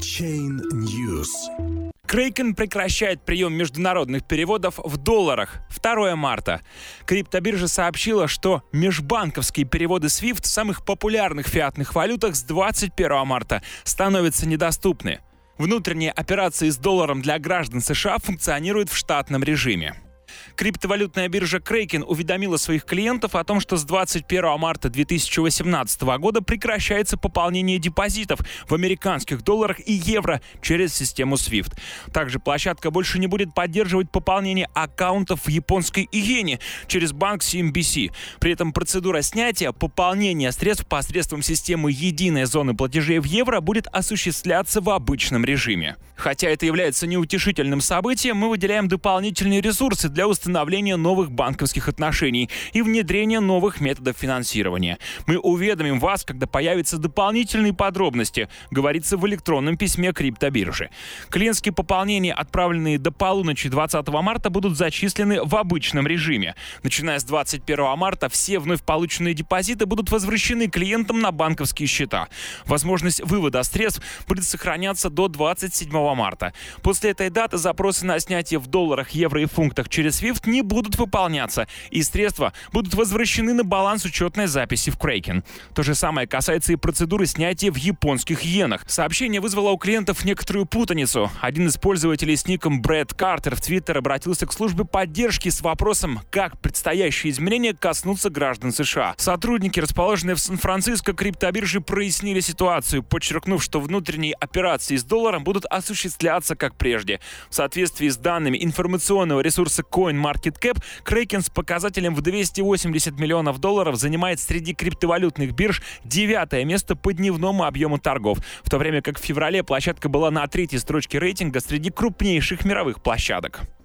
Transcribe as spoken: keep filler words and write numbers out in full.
Chain News. Kraken прекращает прием международных переводов в долларах. второго марта. Криптобиржа сообщила, что межбанковские переводы свифт в самых популярных фиатных валютах с двадцать первого марта становятся недоступны. Внутренние операции с долларом для граждан США функционируют в штатном режиме. Криптовалютная биржа Kraken уведомила своих клиентов о том, что с двадцать первого марта две тысячи восемнадцатого года прекращается пополнение депозитов в американских долларах и евро через систему свифт. Также площадка больше не будет поддерживать пополнение аккаунтов в японской иене через банк си эм би си. При этом процедура снятия, пополнения средств посредством системы единой зоны платежей в евро будет осуществляться в обычном режиме. Хотя это является неутешительным событием, мы выделяем дополнительные ресурсы для установления новых банковских отношений и внедрения новых методов финансирования. Мы уведомим вас, когда появятся дополнительные подробности, говорится в электронном письме криптобиржи. Клиентские пополнения, отправленные до полуночи двадцатого марта, будут зачислены в обычном режиме. Начиная с двадцать первого марта все вновь полученные депозиты будут возвращены клиентам на банковские счета. Возможность вывода средств будет сохраняться до двадцать седьмого марта. После этой даты запросы на снятие в долларах, евро и фунтах через свифт не будут выполняться, и средства будут возвращены на баланс учетной записи в Kraken. То же самое касается и процедуры снятия в японских иенах. Сообщение вызвало у клиентов некоторую путаницу. Один из пользователей с ником Брэд Картер в Твиттер обратился к службе поддержки с вопросом, как предстоящие изменения коснутся граждан США. Сотрудники, расположенные в Сан-Франциско, криптобиржи прояснили ситуацию, подчеркнув, что внутренние операции с долларом будут осуществляться как прежде. В соответствии с данными информационного ресурса CoinMarketCap, Kraken с показателем в двести восемьдесят миллионов долларов занимает среди криптовалютных бирж девятое место по дневному объему торгов, в то время как в феврале площадка была на третьей строчке рейтинга среди крупнейших мировых площадок.